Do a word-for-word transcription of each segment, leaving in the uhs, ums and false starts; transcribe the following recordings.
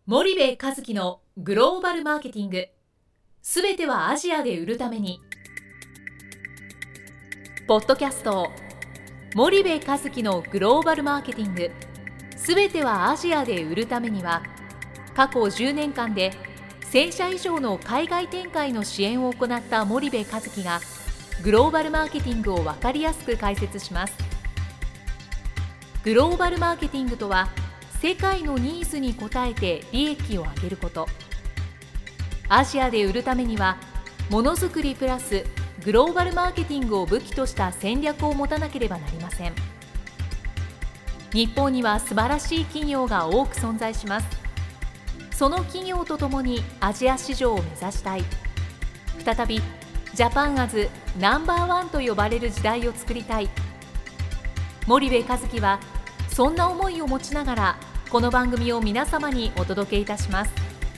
森部一樹のグローバルマーケティング、すべてはアジアで売るために。ポッドキャスト森部一樹のグローバルマーケティング、すべてはアジアで売るためには、過去じゅうねんかんでせんしゃ以上の海外展開の支援を行った森部一樹がグローバルマーケティングを分かりやすく解説します。グローバルマーケティングとは、世界のニーズに応えて利益を上げること。アジアで売るためには、ものづくりプラスグローバルマーケティングを武器とした戦略を持たなければなりません。日本には素晴らしい企業が多く存在します。その企業とともにアジア市場を目指したい。再びジャパンアズナンバーワンと呼ばれる時代を作りたい。森部一樹はそんな思いを持ちながら、この番組を皆様にお届けいたします。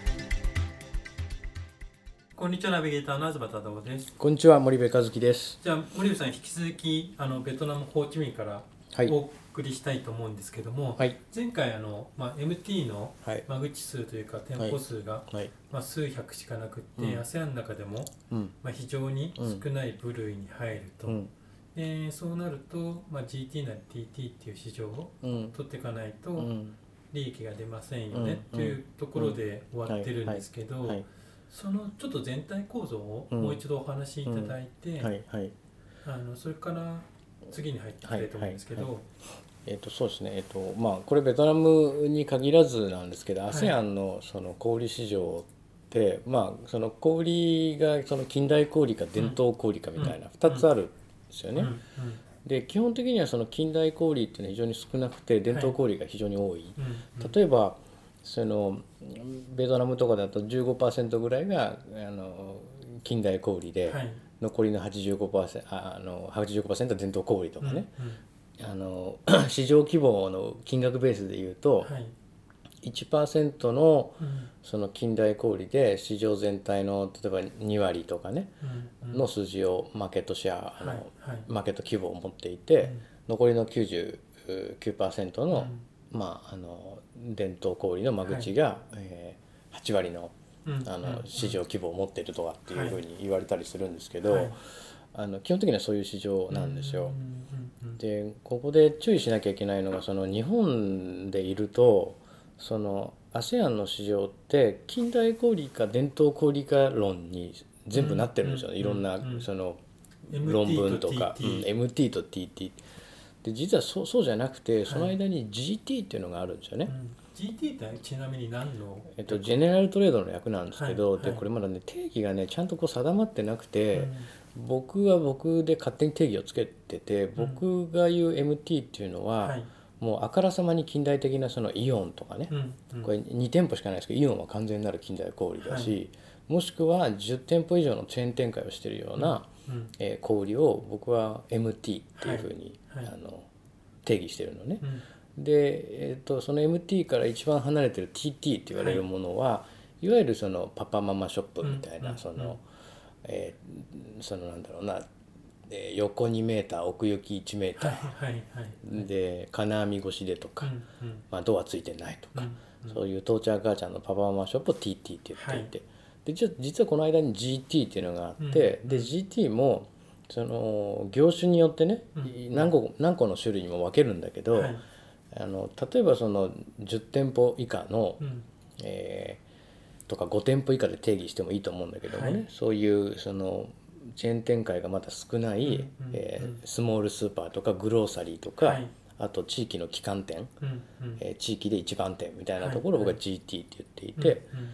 こんにちは、ナビゲーターの東忠夫です。 こんにちは、森部一樹です。 じゃあ森部さん、引き続きあのベトナムホーチミンからお送りしたいと思うんですけども、はい、前回あの、まあ、エムティー の間口数というか店舗数が、はいはい、まあ、数百しかなくって、うん、アセアン の中でも、うん、まあ、非常に少ない部類に入ると、うん、でそうなると、まあ、ジーティー なり ティーティー っていう市場を取っていかないと利益が出ませんよね、というところで終わってるんですけど、そのちょっと全体構造をもう一度お話しいただいて、あのそれから次に入っていきたいと思うんですけど、はいはいはい、 えーとそうですね、えーとまあ、これベトナムに限らずなんですけど、はい、アセアン の, その小売市場って、まあ、その小売がその近代小売か伝統小売かみたいなふたつあるんですよね、うんうんうん、で基本的にはその近代小売っていうのは非常に少なくて、伝統小売が非常に多い、はい、例えばそのベトナムとかだと じゅうごパーセント ぐらいがあの近代小売で、はい、残りの はちじゅうごパーセント あの はちじゅうごパーセント は伝統小売とかね、うんうん、あの市場規模の金額ベースでいうと、はい、いちパーセント のその近代小売で市場全体の例えばにわりとかね、うんうん、の数字をマーケットシェア、あの、はいはい、マーケット規模を持っていて、うん、残りの きゅうじゅうきゅうパーセント の、うんまあ、あの伝統小売の間口が、はいえー、はちわりの、あの市場規模を持っているとかっていうふうに言われたりするんですけど、はい、あの基本的にはそういう市場なんですよ。でここで注意しなきゃいけないのが、その日本でいるとその アセアン の市場って近代小売か伝統小売か論に全部なってるんですよね、いろんなその論文とか エムティー と ティーティー で、実は そう、そうじゃなくて、その間に ジーティー っていうのがあるんですよね、はいうん、 ジーティー ってちなみに何の、 えっと、ジェネラルトレードの略なんですけど、はいはい、でこれまだね定義がねちゃんとこう定まってなくて、うん、僕は僕で勝手に定義をつけてて、僕が言う エムティー っていうのは、はい、もうあからさまに近代的なそのイオンとかね、うんうん、これに店舗しかないですけど、イオンは完全なる近代小売だし、はい、もしくはじゅってんぽ以上のチェーン展開をしているような、うんうんえー、小売を僕は エムティー っていうふうに、はいはい、あの定義してるのね、うん、で、えーと、その エムティー から一番離れてる ティーティー って言われるものは、はい、いわゆるそのパパママショップみたいな、うん、その、うんえー、そのなんだろうな、えー、横にメーター奥行きいちメーター、はいはいはい、で金網越しでとか、うんうんまあ、ドアついてないとか、うんうん、そういう父ちゃん母ちゃんのパパママショップを ティーティー って言っていて、はい、で実はこの間に ジーティー っていうのがあって、うん、で ジーティー もその業種によってね、うん、何個、何個の種類にも分けるんだけど、はい、あの例えばそのじゅってんぽ以下の、うんえー、とかごてんぽ以下で定義してもいいと思うんだけどもね、はい、そういうそのチェーン展開がまだ少ない、うんうんえー、スモールスーパーとかグローサリーとか、はい、あと地域の旗艦店、うんうんえー、地域で一番店みたいなところを僕は ジーティー って言っていて、はいはい、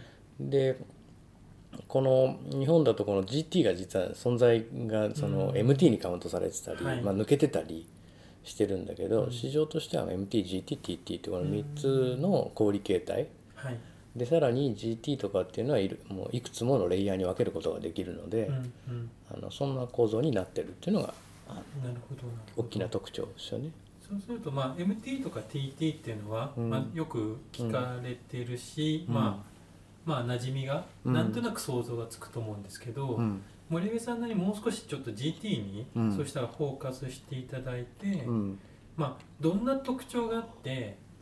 でこの日本だとこの ジーティー が実は存在がその エムティー にカウントされてたり、うんまあ、抜けてたりしてるんだけど、うん、市場としては エムティー、ジーティー、ティーティー ってこのみっつの小売形態、はい、でさらに ジーティー とかっていうのはいるもういくつものレイヤーに分けることができるので、うんうん、あのそんな構造になってるっていうのがなるほど大きな特徴ですよね。 そうすると、まあ、エムティー とか ティーティー っていうのは、うんまあ、よく聞かれてるし、うんまあまあ馴染みがなんとなく想像がつくと思うんですけど、うん、森部さんなりもう少しちょっと ジーティー に、うん、そうしたらフォーカスしていただいて、うん、まあどんな特徴があって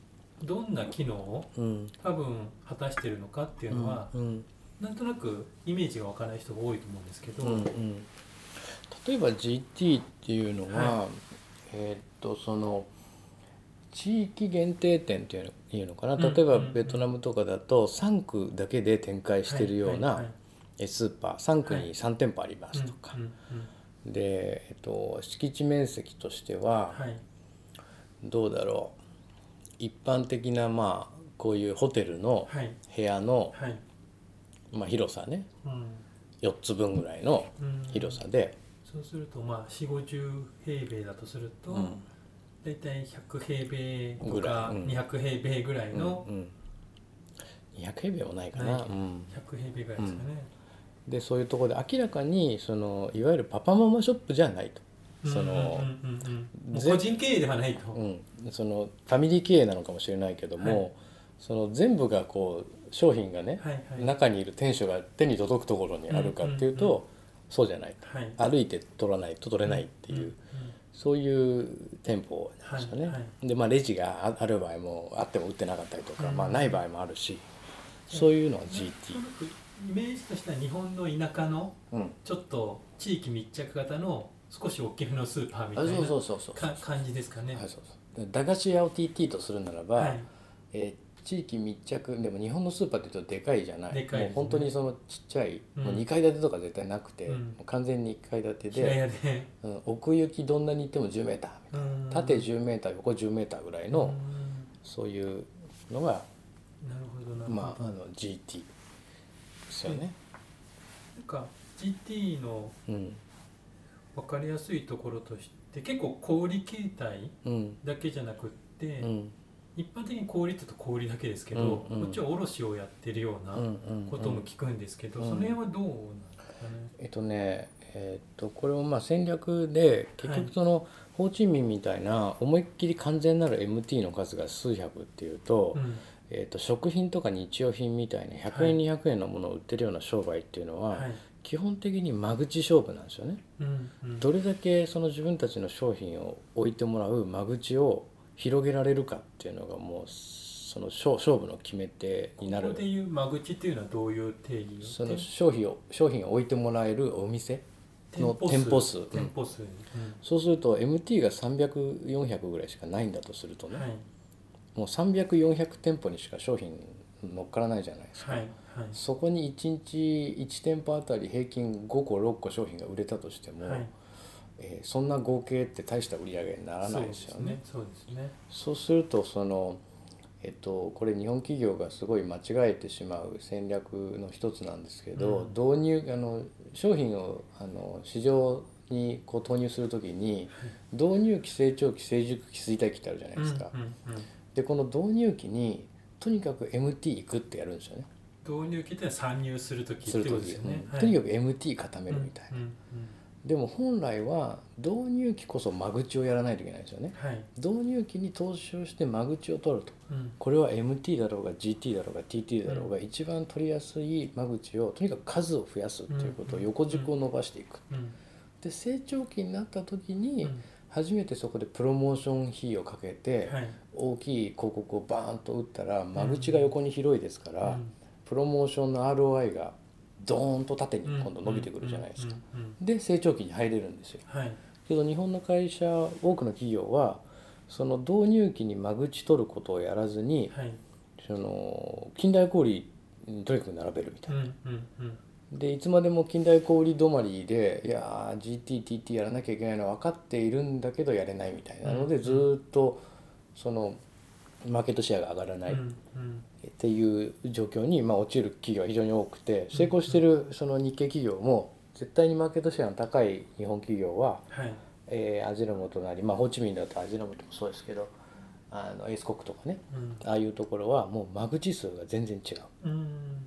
どんな機能を多分果たしているのかっていうのは、うんうん、なんとなくイメージが湧かない人が多いと思うんですけど、うんうん、 例えば ジーティー っていうのは、はい、えー、っとその地域限定店っていうのかな、例えばベトナムとかだとさんくだけで展開しているようなスーパー、さんくにさんてんぽありますとか、で、えっと、敷地面積としてはどうだろう、一般的なまあこういうホテルの部屋のまあ広さね、よっつぶんぐらいの広さで、 そうするとまあよんじゅうごじゅう平米だとすると、うん、だいたいひゃく平米とかにひゃく平米ぐらいの、うんうん、 にひゃく平米もないかな、 ひゃく平米ぐらいですかね、 うん、でそういうところで明らかにそのいわゆるパパママショップじゃないと、その個人経営ではないと、 うん、そのファミリー経営なのかもしれないけども、はい、その全部がこう商品がね、はいはい、中にいる店主が手に届くところにあるかっていうと、うんうんうん、そうじゃないと、はい、歩いて取らないと取れないっていう、うんうん、そういう店舗なんですかね、はいはい、でまあレジがある場合もあっても売ってなかったりとか、うん、まあない場合もあるし、そういうのは ジーティー、 イメージとしては日本の田舎のちょっと地域密着型の少し大きめのスーパーみたいな感じですかね。 駄菓子屋を ティーティー とするならば、はい、えー、地域密着でも日本のスーパーって言うとでかいじゃない、でかいですね、もう本当にそのちっちゃい、うん、もうにかい建てとか絶対なくて、うん、もう完全にいっかい建てで、うん、奥行きどんなに行ってもじゅうメーターみたいな、うん、縦じゅうメーター横じゅうメーターぐらいの、うん、そういうのが、 なるほどなるほど、 まあ、あの ジーティー ですよね。 なんか ジーティー の分かりやすいところとして結構小売形態だけじゃなくって、うん、一般的に小売って言うと小売だけですけど、うんうん、こっちは卸をやってるようなことも聞くんですけど、うんうん、その辺はどうなんですかね。 えっとね、えー、っとこれもまあ戦略で結局その、はい、ホーチミンみたいな思いっきり完全なる エムティー の数が数百っていうと、うん、えー、っと食品とか日用品みたいなひゃくえん、はい、にひゃくえんのものを売ってるような商売っていうのは、はい、基本的に間口勝負なんですよね、うんうん、どれだけその自分たちの商品を置いてもらう間口を広げられるかっていうのがもうその勝負の決め手になる。 ここでいう間口っていうのはどういう定義？ その商品を商品を置いてもらえるお店の店舗数、 店舗数、うん、 そうすると エムティー がさんびゃく、よんひゃくぐらいしかないんだとするとね、はい、もうさんびゃく、よんひゃく店舗にしか商品乗っからないじゃないですか、はいはい、そこにいちにちいち店舗あたり平均ごころっこ商品が売れたとしても、はい、えー、そんな合計って大した売り上げにならないですよね。 そうですね。 そうするとその、えっと、これ日本企業がすごい間違えてしまう戦略の一つなんですけど、うん、導入あの商品をあの市場にこう投入するときに、はい、導入期、成長期、成熟期、衰退期ってあるじゃないですか、うんうんうん、でこの導入期にとにかく エムティー いくってやるんですよね。 導入期って参入するときってことですよね、 うん、とにかく エムティー 固めるみたいな、うんうんうん、でも本来は導入期こそ間口をやらないといけないんですよね、はい、導入期に投資をして間口を取ると、うん、これは エムティー だろうが ジーティー だろうが ティーティー だろうが、うん、一番取りやすい間口をとにかく数を増やすっていうことを横軸を伸ばしていく、うんうん、で成長期になった時に初めてそこでプロモーション費をかけて大きい広告をバーンと打ったら間口が横に広いですから、プロモーションの アールオーアイ がドーンと縦に今度伸びてくるじゃないですか。で成長期に入れるんですよ、はい、けど日本の会社多くの企業はその導入期に間口取ることをやらずに、はい、その近代小売にとにかく並べるみたいな、うんうんうん、でいつまでも近代小売止まりでいや ジーティー、ティーティー やらなきゃいけないのは分かっているんだけどやれないみたいなので、ずっとそのマーケットシェアが上がらないっていう状況にまあ陥る企業は非常に多くて、成功しているその日系企業も絶対にマーケットシェアの高い日本企業は、はい、えー、味の素なり、まあ、ホーチミンだと味の素もそうですけどあのエースコックとかね、うん、ああいうところはもう間口数が全然違う。うん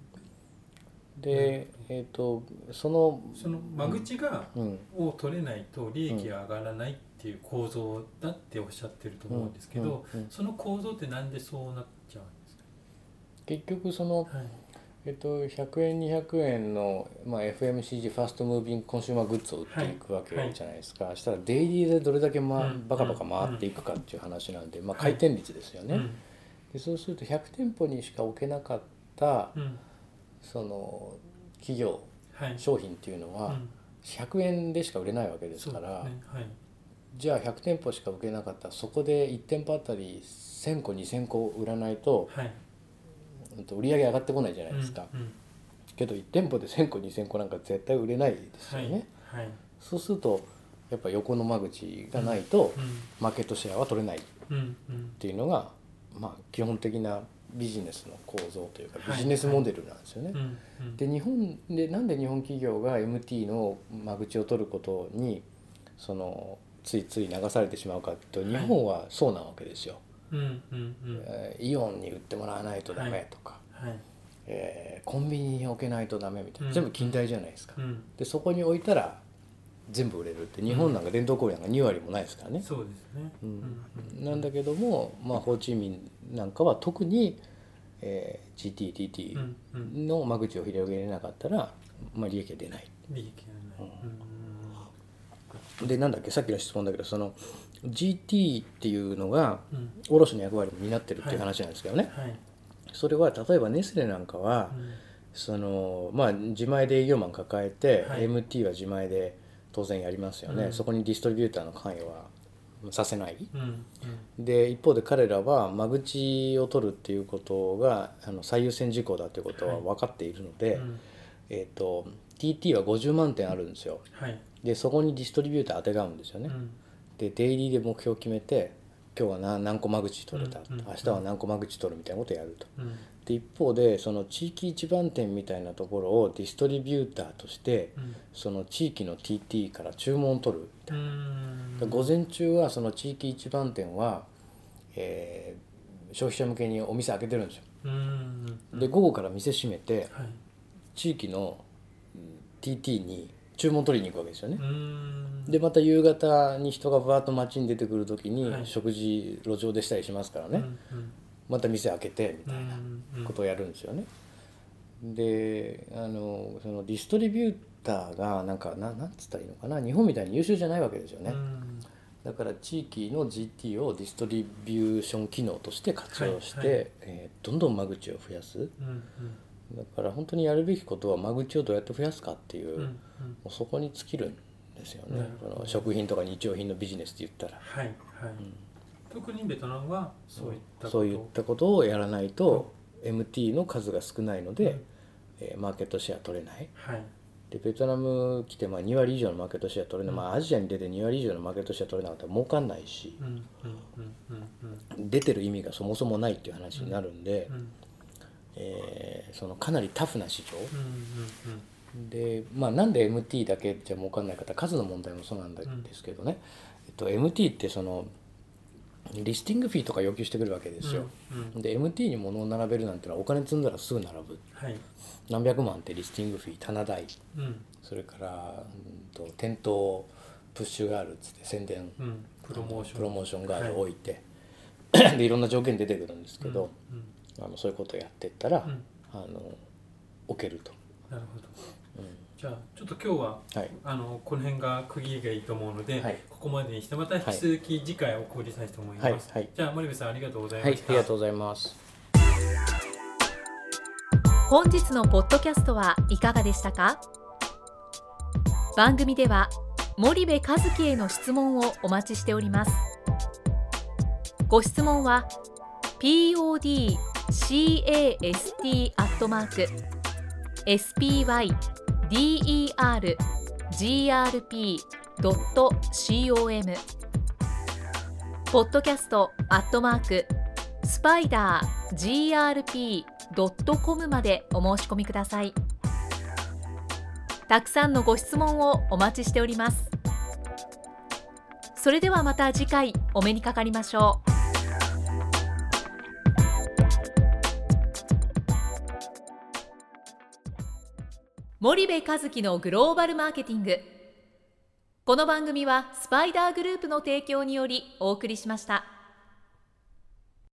で、えー、とそのその間口が、うん、を取れないと利益が上がらないっていう構造だっておっしゃってると思うんですけど、うんうんうん、その構造ってなんでそうなっちゃうんですか？ 結局その、はい、えっと、ひゃくえんにひゃくえんの、まあ、エフエムシージー ファストムービングコンシューマーグッズを売っていくわけじゃないですか、はいはい、したらデイリーでどれだけ、ま、バカバカ回っていくかっていう話なんで、まあ、回転率ですよね、うんうん、 でそうするとひゃくてんぽにしか置けなかった、 うん、 その企業、 はい、 商品っていうのはひゃくえんでしか売れないわけですから、 ね、はい、 じゃあひゃくてんぽしか置けなかったらそこでいち店舗あたりせんこにせんこ売らないと、 はい、 売り上げ上がってこないじゃないですか、 うんうん、 けどいち店舗でせんこにせんこなんか絶対売れないですよね、 はいはい、 そうするとやっぱ横の間口がないとマーケットシェアは取れないっていうのが、まあ、基本的なビジネスの構造というかビジネスモデルなんですよね。 はいはい、 で日本でなんで日本企業が エムティー の間口を取ることにそのついつい流されてしまうかというと、日本はそうなわけですよ、 はい、うんうんうん、 イオンに売ってもらわないとダメとか、 はいはい、 えー、コンビニに置けないとダメみたいな、 うん、 全部近代じゃないですか、 うん、でそこに置いたら全部売れるって、日本なんか伝統工芸なんかに割もないですからね、 そうですね、 うん、なんだけども、まあ、ホーチミンなんかは特に、えー、ジーティー、ティーティー の間口を広げれなかったら、まあ、利益が出ない、 利益がない、 うん、でなんだっけさっきの質問だけど、その ジーティー っていうのが卸の役割も担ってるっていう話なんですけどね、 はいはい、 それは例えばネスレなんかは、うん、そのまあ、自前で営業マン抱えて、はい、エムティー は自前で当然やりますよね、うん、そこにディストリビューターの関与はさせない、うんうん、で一方で彼らは間口を取るっていうことがあの最優先事項だということは分かっているので、はい、えーと、ティーティー はごじゅうまんてんあるんですよ、はい、でそこにディストリビューターあてがうんですよね、うん、でデイリーで目標を決めて今日は 何, 何個間口取れた、うんうん、明日は何個間口取るみたいなことをやると、うん、で一方でその地域一番店みたいなところをディストリビューターとして、うん、その地域の ティーティー から注文を取るみたいな、うん、午前中はその地域一番店は、えー、消費者向けにお店開けてるんですよ、うん、で午後から店閉めて、はい、地域の ティーティー に注文取りに行くわけですよね。でまた夕方に人がバーッと街に出てくる時に食事路上でしたりしますからね、はい、また店開けてみたいなことをやるんですよね。であのそのディストリビューターがなんかななんつったらいいのかな、日本みたいに優秀じゃないわけですよね。だから地域の ジーティー をディストリビューション機能として活用して、はいはい、えー、どんどん間口を増やす、うんうん、だから本当にやるべきことは間口をどうやって増やすかっていう、うんうん、もうそこに尽きるんですよね、その食品とか日用品のビジネスって言ったら、はいはい、うん、 特にベトナムはそういったこと、 そういったことをやらないと、うん、エムティー の数が少ないので、うん、えー、マーケットシェア取れない、はい、でベトナム来てまあに割以上のマーケットシェア取れない、うん、まあ、アジアに出てに割以上のマーケットシェア取れなかったら儲かんないし、うんうんうんうん、出てる意味がそもそもないっていう話になるんで、うんうん、えー、そのかなりタフな市場、うんうんうん、で、まあ、なんで エムティー だけじゃ儲かんないかって数の問題もそうなんですけどね、えっと、エムティー ってそのリスティングフィーとか要求してくるわけですよ、うんうん、で エムティー に物を並べるなんてのはお金積んだらすぐ並ぶ、はい、何百万ってリスティングフィー、棚代、うん、それから、うん、と店頭プッシュガールっつって宣伝、うん、プロモーション、プロモーションガールを置いて、はい、でいろんな条件出てくるんですけど、うんうん、あのそういうことをやっていったら、うん、あの置けると。 なるほど、うん、じゃあちょっと今日は、はい、あのこの辺が区切りがいいと思うので、はい、ここまでにしてまた引き続き次回お送りしたいと思います、はいはい、じゃあ森部さんありがとうございました、はい、 ありがとうございます。 本日のポッドキャストはいかがでしたか？番組では森部一樹への質問をお待ちしております。ご質問は podcast アットマーク エスピーワイディーイーアールジーアールピードットコム ポッドキャストアットマークスパイダー ジーアールピードットコム までお申し込みください。たくさんのご質問をお待ちしております。それではまた次回お目にかかりましょう。森部一樹のグローバルマーケティング。この番組はスパイダーグループの提供によりお送りしました。